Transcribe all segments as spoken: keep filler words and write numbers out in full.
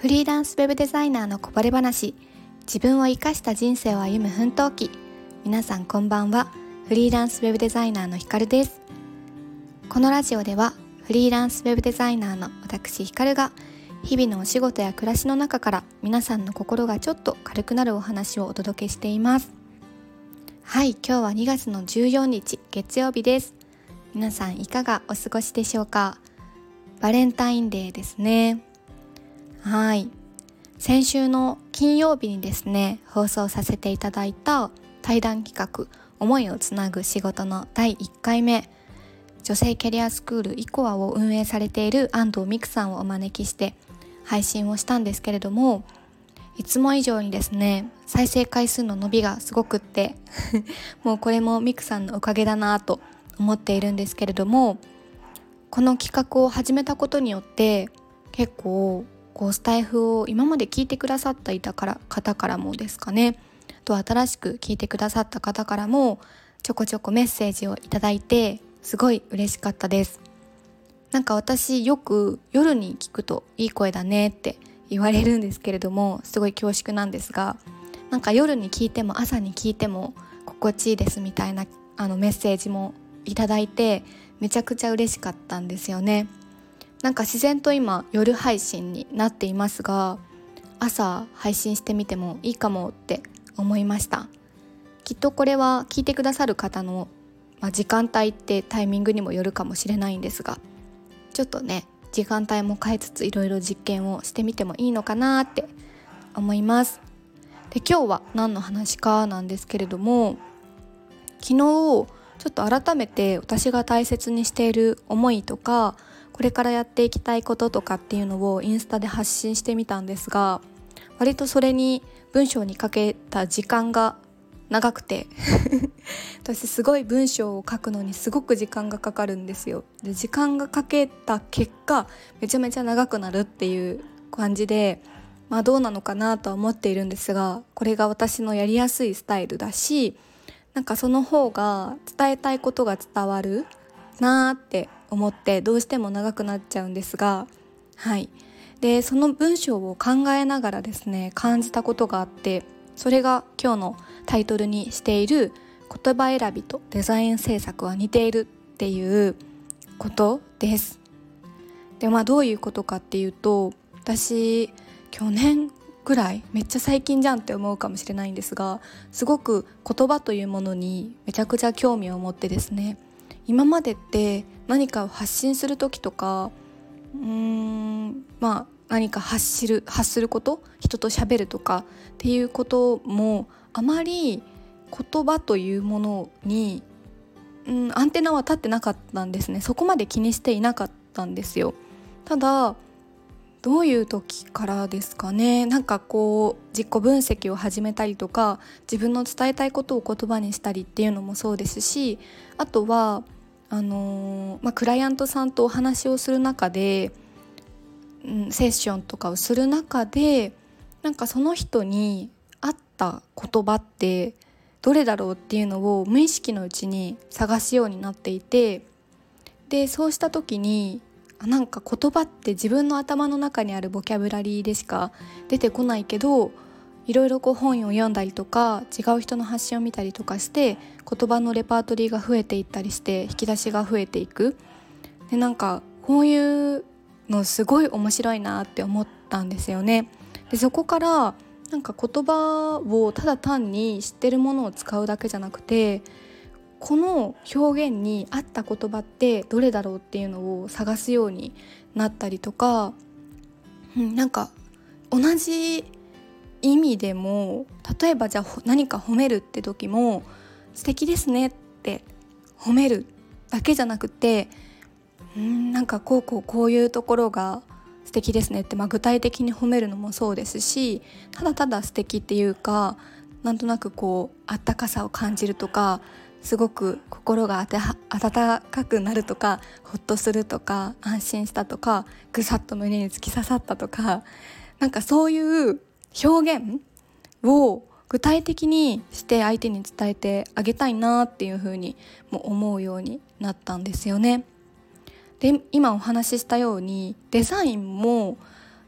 フリーランスウェブデザイナーのこぼれ話、自分を生かした人生を歩む奮闘記。皆さんこんばんは。フリーランスウェブデザイナーのひかるです。このラジオではフリーランスウェブデザイナーの私ひかるが日々のお仕事や暮らしの中から皆さんの心がちょっと軽くなるお話をお届けしています。はい、今日はにがつのじゅうよっか月曜日です。皆さんいかがお過ごしでしょうか。バレンタインデーですね。はい、先週の金曜日にですね放送させていただいた対談企画思いをつなぐ仕事のだいいっかいめ、女性キャリアスクールイコアを運営されている安藤美久さんをお招きして配信をしたんですけれども、いつも以上にですね再生回数の伸びがすごくってもうこれも美久さんのおかげだなと思っているんですけれども、この企画を始めたことによって結構こうスタイフを今まで聞いてくださっていたから方からもですかね、と新しく聞いてくださった方からもちょこちょこメッセージをいただいてすごい嬉しかったです。なんか私よく夜に聞くといい声だねって言われるんですけれども、すごい恐縮なんですが、なんか夜に聞いても朝に聞いても心地いいですみたいなあのメッセージもいただいてめちゃくちゃ嬉しかったんですよね。なんか自然と今夜配信になっていますが、朝配信してみてもいいかもって思いました。きっとこれは聞いてくださる方の、まあ、時間帯ってタイミングにもよるかもしれないんですが、ちょっとね時間帯も変えつついろいろ実験をしてみてもいいのかなって思います。で、今日は何の話かなんですけれども、昨日ちょっと改めて私が大切にしている思いとかこれからやっていきたいこととかっていうのをインスタで発信してみたんですが、割とそれに文章にかけた時間が長くて私すごい文章を書くのにすごく時間がかかるんですよ。で、時間がかけた結果めちゃめちゃ長くなるっていう感じで、まあどうなのかなとは思っているんですが、これが私のやりやすいスタイルだし、なんかその方が伝えたいことが伝わるなーって思ってどうしても長くなっちゃうんですが、はい。で、その文章を考えながらですね感じたことがあって、それが今日のタイトルにしている言葉選びとデザイン制作は似ているっていうことです。で、まあどういうことかっていうと、私去年ぐらい、めっちゃ最近じゃんって思うかもしれないんですが、すごく言葉というものにめちゃくちゃ興味を持ってですね、今までって何かを発信する時とかうーんまあ何か発する発すること、人と喋るとかっていうこともあまり言葉というものに、うん、アンテナは立ってなかったんですね。そこまで気にしていなかったんですよ。ただどういう時からですかね、なんかこう自己分析を始めたりとか自分の伝えたいことを言葉にしたりっていうのもそうですし、あとはあのーまあ、クライアントさんとお話をする中で、うん、セッションとかをする中でなんかその人に合った言葉ってどれだろうっていうのを無意識のうちに探すようになっていて、でそうした時になんか言葉って自分の頭の中にあるボキャブラリーでしか出てこないけど、いろいろこう本を読んだりとか違う人の発信を見たりとかして言葉のレパートリーが増えていったりして引き出しが増えていく。で、なんかこういうのすごい面白いなって思ったんですよね。で、そこからなんか言葉をただ単に知ってるものを使うだけじゃなくて、この表現に合った言葉ってどれだろうっていうのを探すようになったりとか、うん、なんか同じ意味でも、例えばじゃあ何か褒めるって時も素敵ですねって褒めるだけじゃなくて、うーんなんかこうこうこういうところが素敵ですねって、まあ、具体的に褒めるのもそうですし、ただただ素敵っていうかなんとなくこうあったかさを感じるとか、すごく心があては温かくなるとか、ほっとするとか、安心したとか、ぐさっと胸に突き刺さったとか、なんかそういう表現を具体的にして相手に伝えてあげたいなっていうふうにも思うようになったんですよね。で、今お話ししたようにデザインも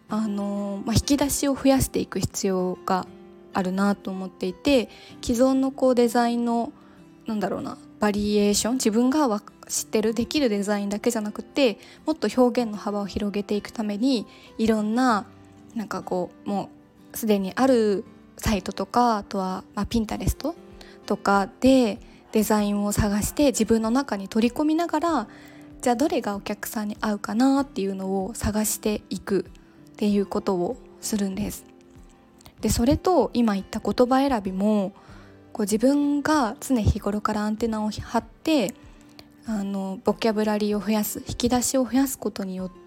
あの、まあ、引き出しを増やしていく必要があるなと思っていて、既存のこうデザインのなんだろうなバリエーション、自分が知ってるできるデザインだけじゃなくて、もっと表現の幅を広げていくために、いろんななんかこうもうすでにあるサイトとか、あとはまあピンタレストとかでデザインを探して自分の中に取り込みながら、じゃあどれがお客さんに合うかなっていうのを探していくっていうことをするんです。でそれと今言った言葉選びも、こう自分が常日頃からアンテナを張ってあのボキャブラリーを増やす、引き出しを増やすことによって、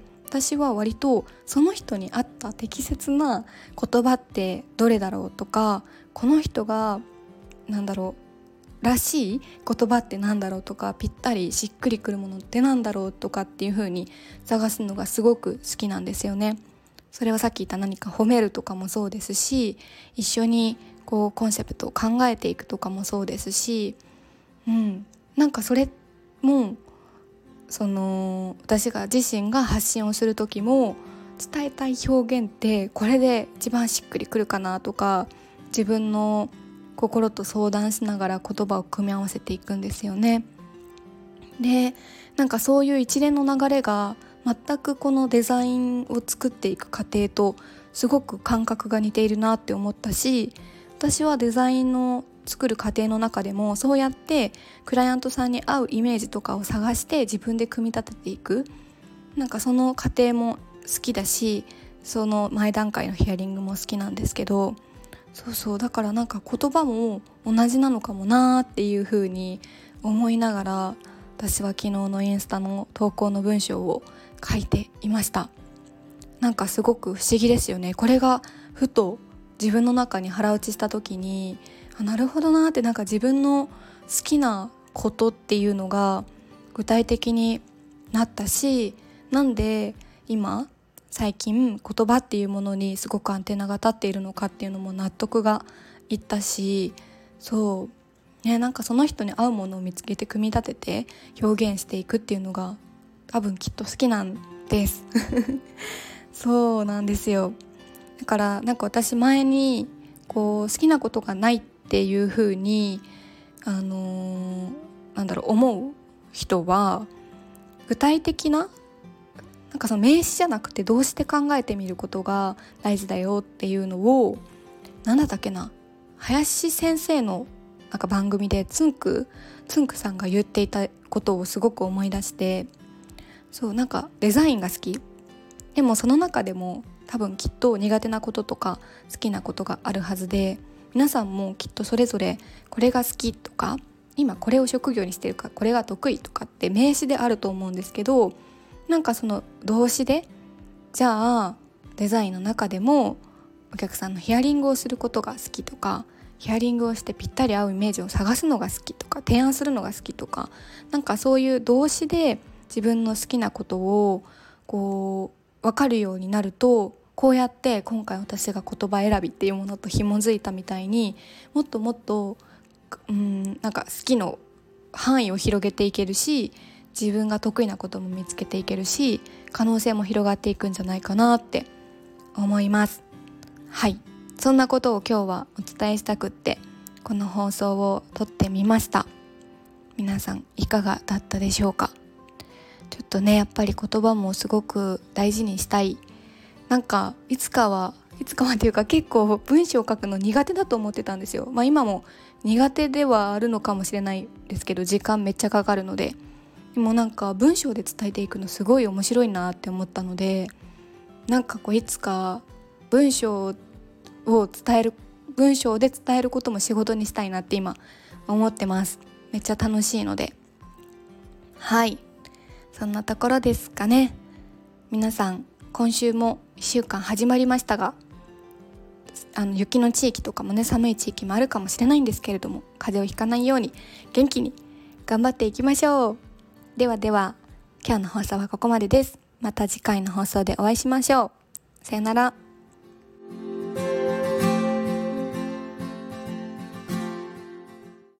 私は割とその人に合った適切な言葉ってどれだろうとか、この人がなんだろうらしい言葉ってなんだろうとか、ぴったりしっくりくるものってなんだろうとかっていう風に探すのがすごく好きなんですよね。それはさっき言った何か褒めるとかもそうですし、一緒にこうコンセプトを考えていくとかもそうですし、うん、なんかそれもその私が自身が発信をする時も、伝えたい表現ってこれで一番しっくりくるかなとか、自分の心と相談しながら言葉を組み合わせていくんですよね。でなんかそういう一連の流れが全くこのデザインを作っていく過程とすごく感覚が似ているなって思ったし、私はデザインの作る過程の中でもそうやってクライアントさんに合うイメージとかを探して自分で組み立てていく、なんかその過程も好きだし、その前段階のヒアリングも好きなんですけど、そうそうだからなんか言葉も同じなのかもなっていう風に思いながら、私は昨日のインスタの投稿の文章を書いていました。なんかすごく不思議ですよね。これがふと自分の中に腹落ちした時に、あ、なるほどなって、なんか自分の好きなことっていうのが具体的になったし、なんで今最近言葉っていうものにすごくアンテナが立っているのかっていうのも納得がいったし、そうね、なんかその人に合うものを見つけて組み立てて表現していくっていうのが多分きっと好きなんですそうなんですよ。だからなんか私前にこう好きなことがないっていう風にあのー、なんだろう思う人は、具体的ななんかその名詞じゃなくて動詞で考えてみることが大事だよっていうのを、なんだったっけな、林先生のなんか番組でつんくつんくさんが言っていたことをすごく思い出して、そうなんかデザインが好きでもその中でも多分きっと苦手なこととか好きなことがあるはずで、皆さんもきっとそれぞれこれが好きとか今これを職業にしてるからこれが得意とかって名詞であると思うんですけど、なんかその動詞で、じゃあデザインの中でもお客さんのヒアリングをすることが好きとか、ヒアリングをしてぴったり合うイメージを探すのが好きとか、提案するのが好きとか、なんかそういう動詞で自分の好きなことをこう分かるようになると、こうやって今回私が言葉選びっていうものと紐づいたみたいに、もっともっとうんなんか好きの範囲を広げていけるし、自分が得意なことも見つけていけるし、可能性も広がっていくんじゃないかなって思います。はい、そんなことを今日はお伝えしたくってこの放送を撮ってみました。皆さんいかがだったでしょうか。ちょっとねやっぱり言葉もすごく大事にしたい。なんかいつかはいつかはっていうか結構文章を書くの苦手だと思ってたんですよ。まあ今も苦手ではあるのかもしれないですけど、時間めっちゃかかるので、でもなんか文章で伝えていくのすごい面白いなって思ったので、なんかこういつか文章を伝える文章で伝えることも仕事にしたいなって今思ってます。めっちゃ楽しいので。はい、そんなところですかね。皆さん今週もいっしゅうかん始まりましたが、あの雪の地域とかもね、寒い地域もあるかもしれないんですけれども、風邪をひかないように元気に頑張っていきましょう。ではでは今日の放送はここまでです。また次回の放送でお会いしましょう。さよなら。